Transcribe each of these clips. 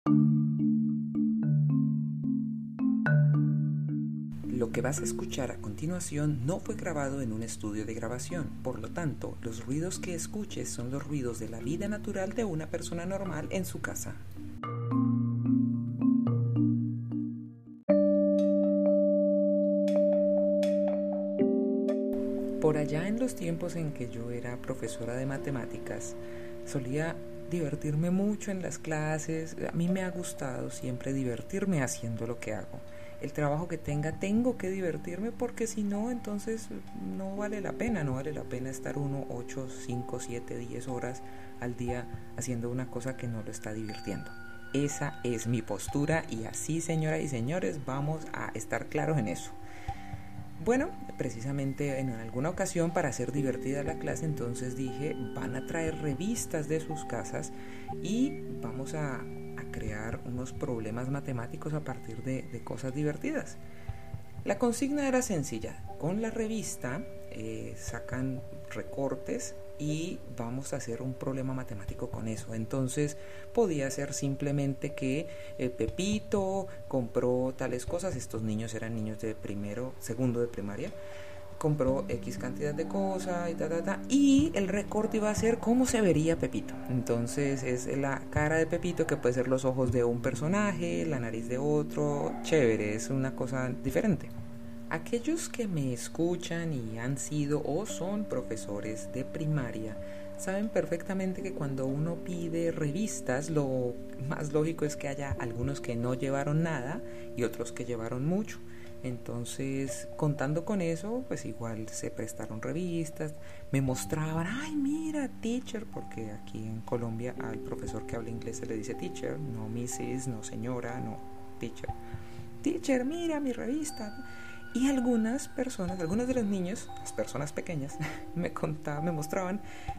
Lo que vas a escuchar a continuación no fue grabado en un estudio de grabación, por lo tanto, los ruidos que escuches son los ruidos de la vida natural de una persona normal en su casa. Por allá en los tiempos en que yo era profesora de matemáticas, solía divertirme mucho en las clases. A mí me ha gustado siempre divertirme haciendo lo que hago. El trabajo que tengo que divertirme porque si no, entonces no vale la pena. No vale la pena estar 8, 5, 7, 10 horas al día haciendo una cosa que no lo está divirtiendo. Esa es mi postura y así, señoras y señores, vamos a estar claros en eso. Bueno, precisamente en alguna ocasión para hacer divertida la clase, entonces dije, van a traer revistas de sus casas y vamos a crear unos problemas matemáticos a partir de cosas divertidas. La consigna era sencilla, con la revista sacan recortes y vamos a hacer un problema matemático con eso. Entonces podía ser simplemente que Pepito compró tales cosas. Estos niños eran niños de segundo de primaria. Compró X cantidad de cosas y el recorte iba a ser cómo se vería Pepito. Entonces es la cara de Pepito, que puede ser los ojos de un personaje, la nariz de otro. Chévere, es una cosa diferente. Aquellos que me escuchan y han sido o son profesores de primaria saben perfectamente que cuando uno pide revistas, lo más lógico es que haya algunos que no llevaron nada y otros que llevaron mucho. Entonces, contando con eso, pues igual se prestaron revistas, me mostraban, ay mira, teacher, porque aquí en Colombia al profesor que habla inglés se le dice teacher, no Mrs., no señora, no teacher. Teacher, mira mi revista. Y algunas personas, algunos de los niños, las personas pequeñas, me mostraban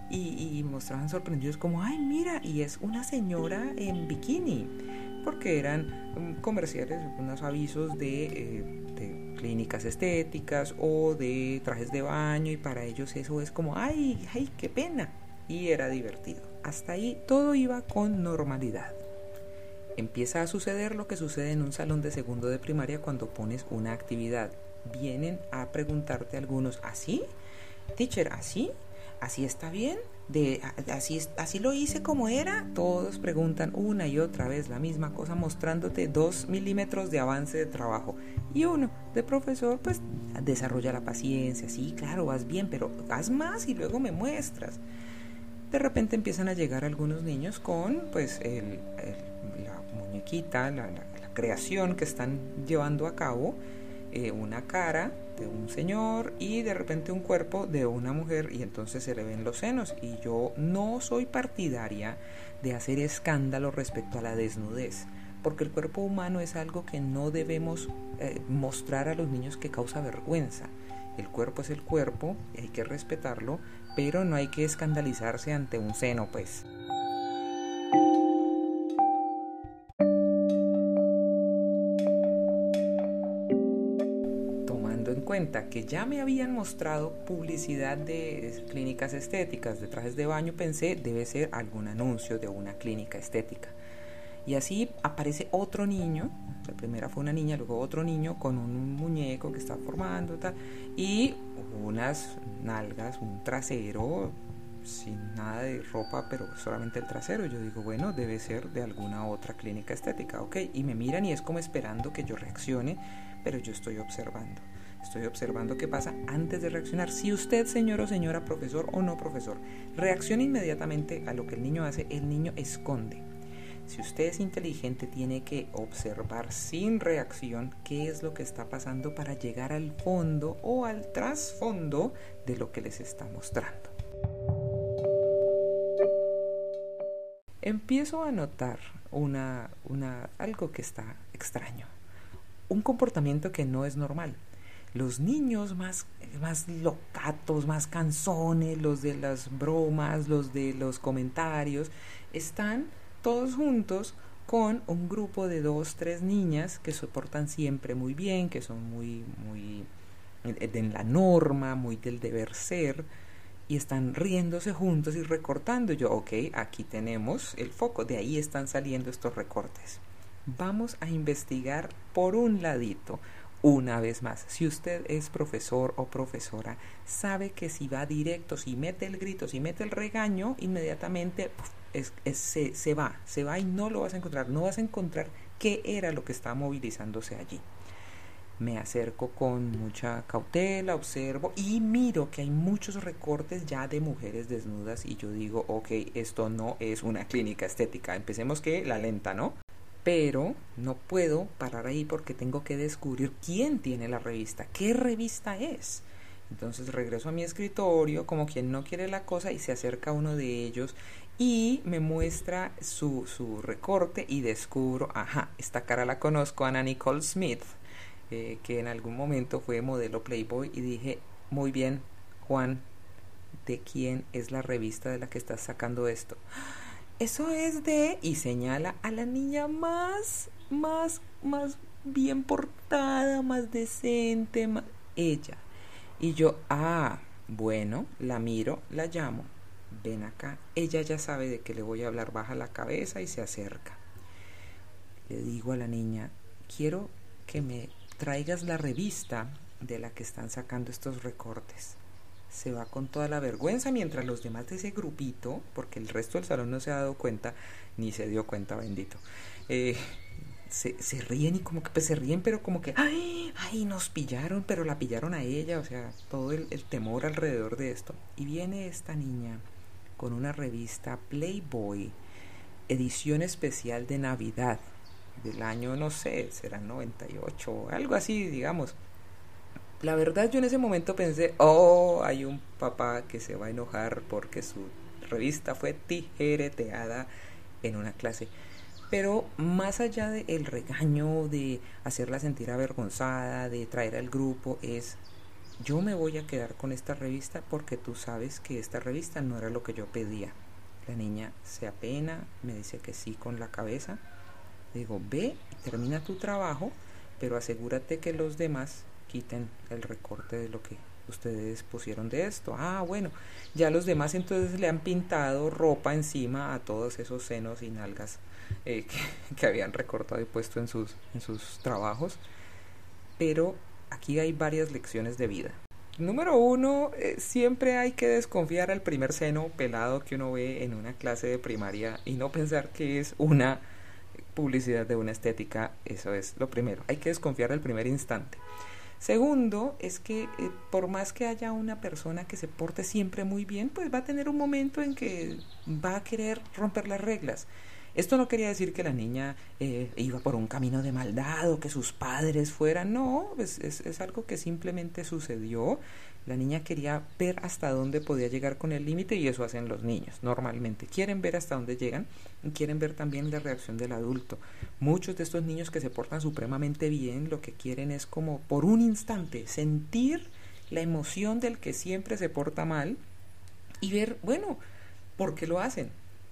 y mostraban sorprendidos como, ay mira, y es una señora en bikini, porque eran comerciales, unos avisos de clínicas estéticas o de trajes de baño, y para ellos eso es como, ay, qué pena, y era divertido. Hasta ahí todo iba con normalidad. Empieza a suceder lo que sucede en un salón de segundo de primaria cuando pones una actividad. Vienen a preguntarte algunos, ¿así? Teacher, ¿así? ¿Así está bien? ¿Así lo hice como era? Todos preguntan una y otra vez la misma cosa, mostrándote 2 milímetros de avance de trabajo. Y uno, de profesor, pues desarrolla la paciencia. Sí, claro, vas bien, pero haz más y luego me muestras. De repente empiezan a llegar algunos niños con pues la muñequita, la creación que están llevando a cabo, una cara de un señor y de repente un cuerpo de una mujer, y entonces se le ven los senos. Y yo no soy partidaria de hacer escándalo respecto a la desnudez, porque el cuerpo humano es algo que no debemos mostrar a los niños, que causa vergüenza. El cuerpo es el cuerpo, hay que respetarlo, pero no hay que escandalizarse ante un seno, pues. Tomando en cuenta que ya me habían mostrado publicidad de clínicas estéticas, de trajes de baño, pensé, debe ser algún anuncio de una clínica estética. Y así aparece otro niño, la primera fue una niña, luego otro niño con un muñeco que está formando tal, y unas nalgas, un trasero sin nada de ropa, pero solamente el trasero. Yo digo, bueno, debe ser de alguna otra clínica estética, ok. Y me miran y es como esperando que yo reaccione, pero yo estoy observando qué pasa antes de reaccionar. Si usted, señor o señora, profesor o no profesor, reacciona inmediatamente a lo que el niño hace, el niño esconde. Si usted es inteligente, tiene que observar sin reacción qué es lo que está pasando para llegar al fondo o al trasfondo de lo que les está mostrando. Empiezo a notar algo que está extraño, un comportamiento que no es normal. Los niños más locatos, más canzones, los de las bromas, los de los comentarios, están todos juntos con un grupo de 2, 3 niñas que se portan siempre muy bien, que son muy en la norma, muy del deber ser, y están riéndose juntos y recortando. Yo, ok, aquí tenemos el foco, de ahí están saliendo estos recortes. Vamos a investigar por un ladito. Una vez más, si usted es profesor o profesora, sabe que si va directo, si mete el grito, si mete el regaño, inmediatamente se va y no lo vas a encontrar. No vas a encontrar qué era lo que estaba movilizándose allí. Me acerco con mucha cautela, observo y miro que hay muchos recortes ya de mujeres desnudas y yo digo, ok, esto no es una clínica estética. Empecemos que la lenta, ¿no? Pero no puedo parar ahí porque tengo que descubrir quién tiene la revista, qué revista es. Entonces regreso a mi escritorio como quien no quiere la cosa y se acerca uno de ellos y me muestra su recorte y descubro, ajá, esta cara la conozco, Anna Nicole Smith, que en algún momento fue modelo Playboy, y dije, muy bien, Juan, ¿de quién es la revista de la que estás sacando esto? Eso es de... y señala a la niña más bien portada, más decente, ella. Y yo, bueno, la miro, la llamo, ven acá. Ella ya sabe de qué le voy a hablar, baja la cabeza y se acerca. Le digo a la niña, quiero que me traigas la revista de la que están sacando estos recortes. Se va con toda la vergüenza mientras los demás de ese grupito, porque el resto del salón no se ha dado cuenta, ni se dio cuenta, bendito, se ríen y como que pues se ríen, pero como que ay, nos pillaron, pero la pillaron a ella, o sea, todo el temor alrededor de esto. Y viene esta niña con una revista Playboy, edición especial de Navidad, del año, no sé, será 98, algo así, digamos. La verdad, yo en ese momento pensé, hay un papá que se va a enojar porque su revista fue tijereteada en una clase. Pero más allá del regaño, de hacerla sentir avergonzada, de traer al grupo, yo me voy a quedar con esta revista porque tú sabes que esta revista no era lo que yo pedía. La niña se apena, me dice que sí con la cabeza. Digo, ve y termina tu trabajo, pero asegúrate que los demás quiten el recorte de lo que ustedes pusieron de esto. Bueno, ya los demás entonces le han pintado ropa encima a todos esos senos y nalgas que habían recortado y puesto en sus trabajos. Pero aquí hay varias lecciones de vida. Número 1, siempre hay que desconfiar al primer seno pelado que uno ve en una clase de primaria y no pensar que es una publicidad de una estética. Eso es lo primero, hay que desconfiar al primer instante. Segundo, es que por más que haya una persona que se porte siempre muy bien, pues va a tener un momento en que va a querer romper las reglas. Esto no quería decir que la niña iba por un camino de maldad o que sus padres fueran, no, es algo que simplemente sucedió. La niña quería ver hasta dónde podía llegar con el límite y eso hacen los niños normalmente. Quieren ver hasta dónde llegan y quieren ver también la reacción del adulto. Muchos de estos niños que se portan supremamente bien lo que quieren es como por un instante sentir la emoción del que siempre se porta mal y ver, bueno, ¿por qué lo hacen?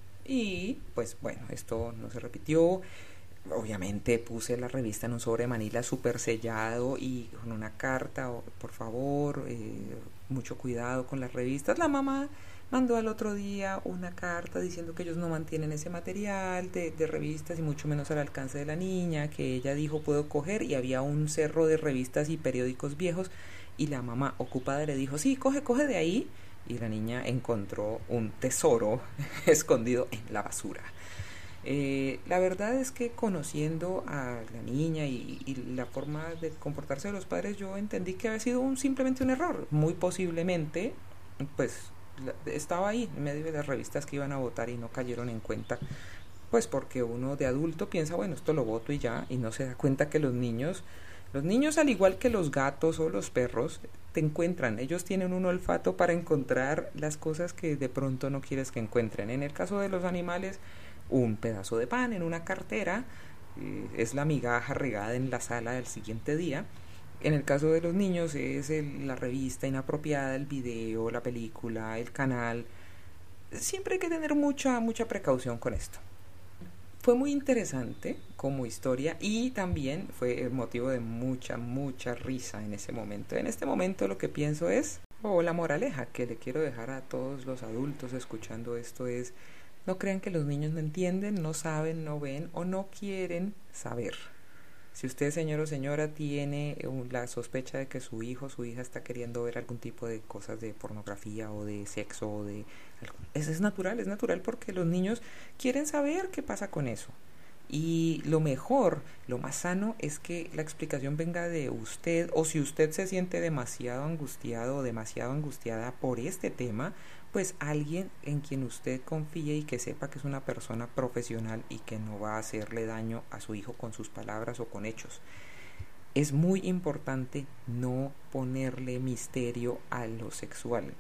Y pues bueno, esto no se repitió. Obviamente puse la revista en un sobre de manila súper sellado y con una carta, por favor, mucho cuidado con las revistas. La mamá mandó al otro día una carta diciendo que ellos no mantienen ese material de revistas y mucho menos al alcance de la niña, que ella dijo puedo coger, y había un cerro de revistas y periódicos viejos y la mamá ocupada le dijo sí, coge de ahí, y la niña encontró un tesoro escondido en la basura. La verdad es que conociendo a la niña y la forma de comportarse de los padres, yo entendí que había sido simplemente un error. Muy posiblemente, pues estaba ahí en medio de las revistas que iban a votar y no cayeron en cuenta, pues porque uno de adulto piensa, bueno, esto lo voto y ya, y no se da cuenta que los niños al igual que los gatos o los perros, te encuentran. Ellos tienen un olfato para encontrar las cosas que de pronto no quieres que encuentren. En el caso de los animales, un pedazo de pan en una cartera es la migaja regada en la sala del siguiente día. En el caso de los niños es la revista inapropiada, el video, la película, el canal. Siempre hay que tener mucha precaución con esto. Fue muy interesante como historia y también fue el motivo de mucha risa en ese momento. En este momento lo que pienso es, O la moraleja que le quiero dejar a todos los adultos escuchando esto es: no crean que los niños no entienden, no saben, no ven o no quieren saber. Si usted, señor o señora, tiene la sospecha de que su hijo o su hija está queriendo ver algún tipo de cosas de pornografía o de sexo o de algo, eso es natural porque los niños quieren saber qué pasa con eso. Y lo mejor, lo más sano es que la explicación venga de usted, o si usted se siente demasiado angustiado o demasiado angustiada por este tema, pues alguien en quien usted confíe y que sepa que es una persona profesional y que no va a hacerle daño a su hijo con sus palabras o con hechos. Es muy importante no ponerle misterio a lo sexual.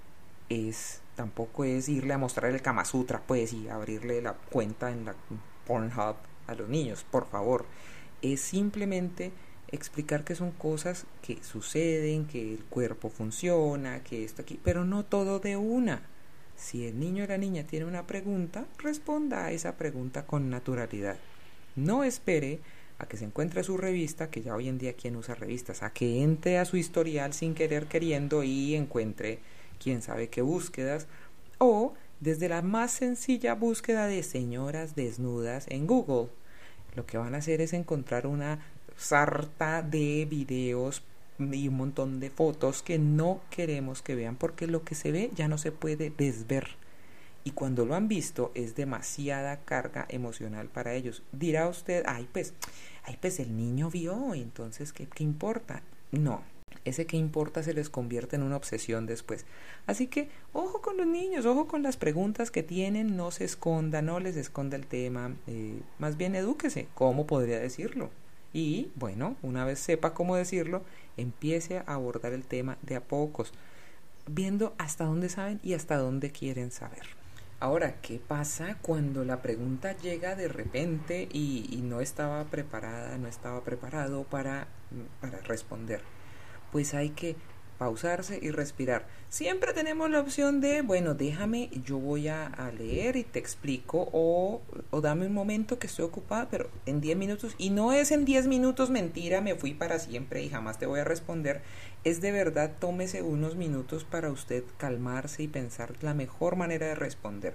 Tampoco es irle a mostrar el Kama Sutra, pues, y abrirle la cuenta en la Pornhub a los niños, por favor. Es simplemente explicar que son cosas que suceden, que el cuerpo funciona, que esto aquí, pero no todo de una. Si el niño o la niña tiene una pregunta, responda a esa pregunta con naturalidad. No espere a que se encuentre su revista, que ya hoy en día quién usa revistas, a que entre a su historial sin querer queriendo y encuentre quién sabe qué búsquedas, o desde la más sencilla búsqueda de señoras desnudas en Google. Lo que van a hacer es encontrar una sarta de videos y un montón de fotos que no queremos que vean, porque lo que se ve ya no se puede desver. Y cuando lo han visto es demasiada carga emocional para ellos. Dirá usted, ay pues el niño vio, entonces ¿qué importa? No. Ese que importa se les convierte en una obsesión después. Así que ojo con los niños, ojo con las preguntas que tienen, no se esconda, no les esconda el tema, más bien edúquese, ¿cómo podría decirlo? Y bueno, una vez sepa cómo decirlo, empiece a abordar el tema de a pocos, viendo hasta dónde saben y hasta dónde quieren saber. Ahora, ¿qué pasa cuando la pregunta llega de repente y no estaba preparada, no estaba preparado para responder? Pues hay que pausarse y respirar. Siempre tenemos la opción de, bueno, déjame, yo voy a leer y te explico, o dame un momento que estoy ocupada, pero en 10 minutos, y no es en 10 minutos, mentira, me fui para siempre y jamás te voy a responder. Es de verdad, tómese unos minutos para usted calmarse y pensar la mejor manera de responder.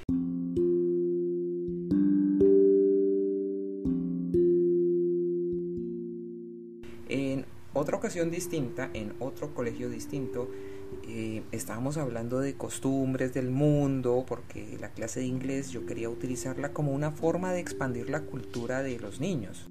En otra ocasión distinta, en otro colegio distinto, estábamos hablando de costumbres del mundo, porque la clase de inglés yo quería utilizarla como una forma de expandir la cultura de los niños.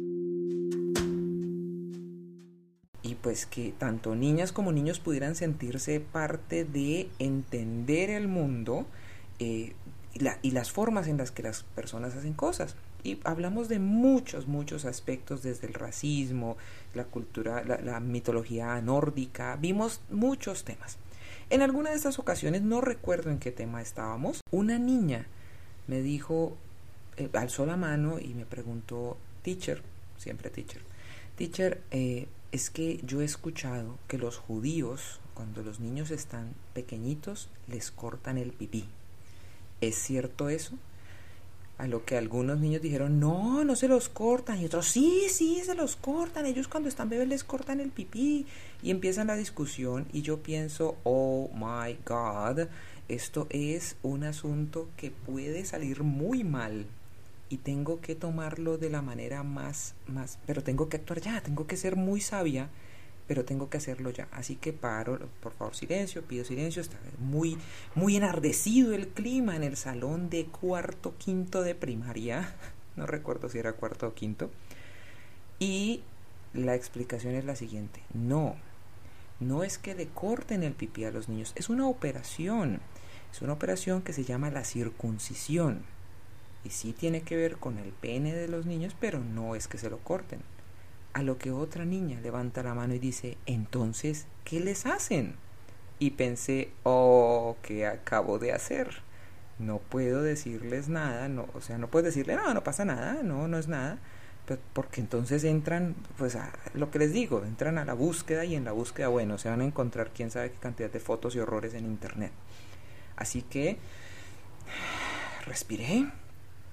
Y pues que tanto niñas como niños pudieran sentirse parte de entender el mundo y las formas en las que las personas hacen cosas. Y hablamos de muchos aspectos, desde el racismo, la cultura, la mitología nórdica, vimos muchos temas. En alguna de estas ocasiones, no recuerdo en qué tema estábamos, una niña me dijo, alzó la mano y me preguntó, teacher, siempre teacher, es que yo he escuchado que los judíos, cuando los niños están pequeñitos, les cortan el pipí. ¿Es cierto eso? A lo que algunos niños dijeron, no se los cortan, y otros, sí, se los cortan, ellos cuando están bebés les cortan el pipí, y empiezan la discusión, y yo pienso, oh my God, esto es un asunto que puede salir muy mal, y tengo que tomarlo de la manera más, pero tengo que actuar ya, tengo que ser muy sabia, pero tengo que hacerlo ya. Así que paro, por favor, silencio, pido silencio. Está muy enardecido el clima en el salón de cuarto, quinto de primaria. No recuerdo si era cuarto o quinto. Y la explicación es la siguiente. No es que le corten el pipí a los niños. Es una operación. Es una operación que se llama la circuncisión. Y sí tiene que ver con el pene de los niños, pero no es que se lo corten. A lo que otra niña levanta la mano y dice, entonces, ¿qué les hacen? Y pensé, ¿qué acabo de hacer? No puedo decirles nada, no puedes decirle, no pasa nada, no es nada, porque entonces entran, pues a lo que les digo, entran a la búsqueda y en la búsqueda, bueno, se van a encontrar quién sabe qué cantidad de fotos y horrores en internet. Así que respiré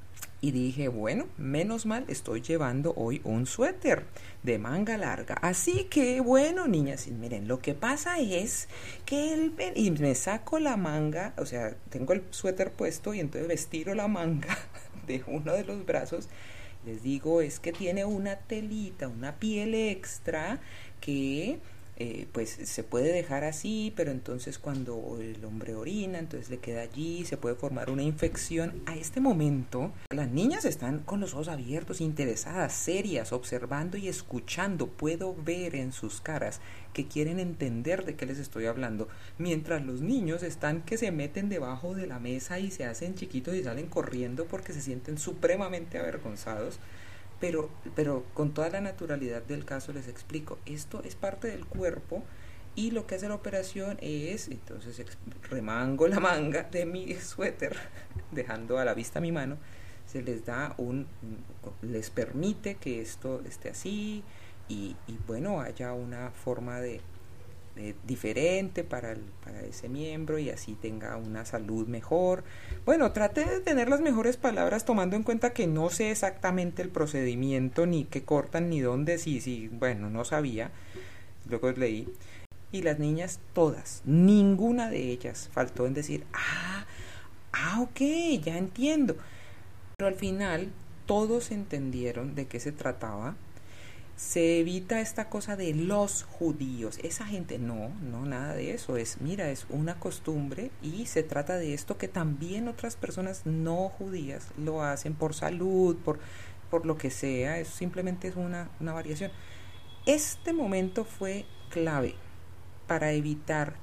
Y dije, bueno, menos mal estoy llevando hoy un suéter de manga larga. Así que, bueno, niñas, miren, lo que pasa es que y me saco la manga, o sea, tengo el suéter puesto y entonces estiro la manga de uno de los brazos. Les digo, es que tiene una telita, una piel extra que pues se puede dejar así, pero entonces cuando el hombre orina, entonces le queda allí, se puede formar una infección. A este momento, las niñas están con los ojos abiertos, interesadas, serias, observando y escuchando. Puedo ver en sus caras que quieren entender de qué les estoy hablando, mientras los niños están que se meten debajo de la mesa y se hacen chiquitos y salen corriendo porque se sienten supremamente avergonzados. Pero con toda la naturalidad del caso les explico, esto es parte del cuerpo y lo que hace la operación es, entonces remango la manga de mi suéter, dejando a la vista mi mano, se les da les permite que esto esté así y bueno, haya una forma diferente para ese miembro y así tenga una salud mejor. Bueno, trate de tener las mejores palabras tomando en cuenta que no sé exactamente el procedimiento, ni qué cortan, ni dónde, sí, bueno, no sabía. Luego leí. Y las niñas todas, ninguna de ellas faltó en decir, ok, ya entiendo. Pero al final todos entendieron de qué se trataba. Se evita esta cosa de los judíos, esa gente, no, nada de eso, es una costumbre y se trata de esto que también otras personas no judías lo hacen por salud, por lo que sea, eso simplemente es una variación. Este momento fue clave para evitar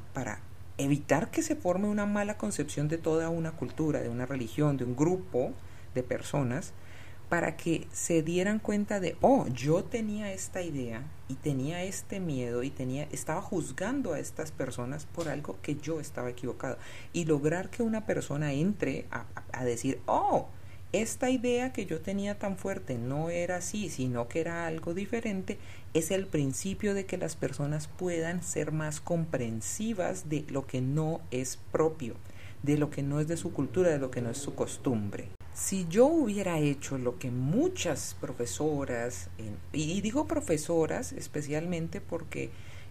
que se forme una mala concepción de toda una cultura, de una religión, de un grupo de personas, para que se dieran cuenta de, yo tenía esta idea y tenía este miedo y estaba juzgando a estas personas por algo que yo estaba equivocado. Y lograr que una persona entre a decir, esta idea que yo tenía tan fuerte no era así, sino que era algo diferente, es el principio de que las personas puedan ser más comprensivas de lo que no es propio, de lo que no es de su cultura, de lo que no es su costumbre. Si yo hubiera hecho lo que muchas profesoras, y digo profesoras especialmente porque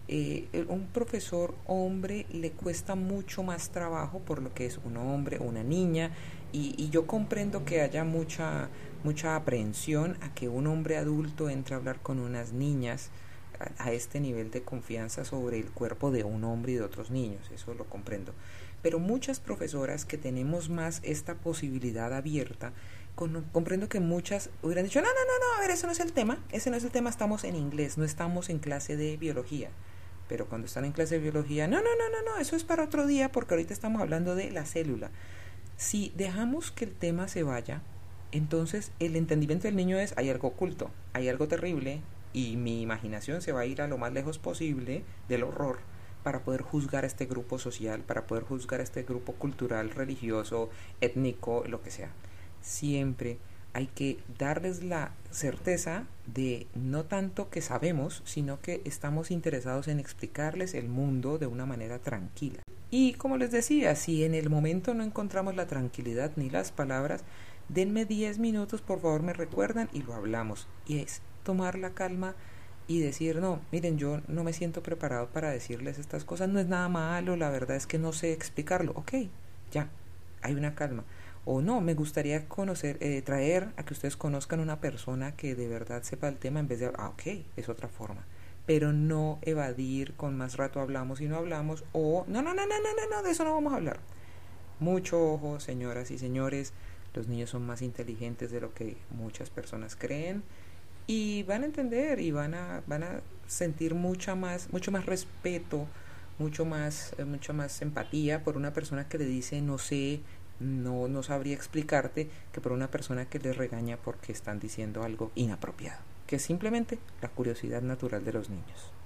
un profesor hombre le cuesta mucho más trabajo por lo que es un hombre o una niña, y yo comprendo que haya mucha aprehensión a que un hombre adulto entre a hablar con unas niñas a este nivel de confianza sobre el cuerpo de un hombre y de otros niños, eso lo comprendo. Pero muchas profesoras que tenemos más esta posibilidad abierta, comprendo que muchas hubieran dicho, no, a ver, ese no es el tema, estamos en inglés, no estamos en clase de biología. Pero cuando están en clase de biología, no, eso es para otro día porque ahorita estamos hablando de la célula. Si dejamos que el tema se vaya, entonces el entendimiento del niño es, hay algo oculto, hay algo terrible, y mi imaginación se va a ir a lo más lejos posible del horror para poder juzgar a este grupo social, para poder juzgar a este grupo cultural, religioso, étnico, lo que sea. Siempre hay que darles la certeza de no tanto que sabemos, sino que estamos interesados en explicarles el mundo de una manera tranquila. Y como les decía, si en el momento no encontramos la tranquilidad ni las palabras, denme 10 minutos, por favor, me recuerdan y lo hablamos. Y es tomar la calma y decir, no, miren, yo no me siento preparado para decirles estas cosas, no es nada malo, la verdad es que no sé explicarlo. Ok, ya, hay una calma. O no, me gustaría traer a que ustedes conozcan una persona que de verdad sepa el tema en vez de, ok, es otra forma. Pero no evadir con más rato hablamos y no hablamos, o no, de eso no vamos a hablar. Mucho ojo, señoras y señores, los niños son más inteligentes de lo que muchas personas creen y van a entender y van a sentir mucho más respeto, mucha más empatía por una persona que le dice no sé, no sabría explicarte, que por una persona que les regaña porque están diciendo algo inapropiado, que es simplemente la curiosidad natural de los niños.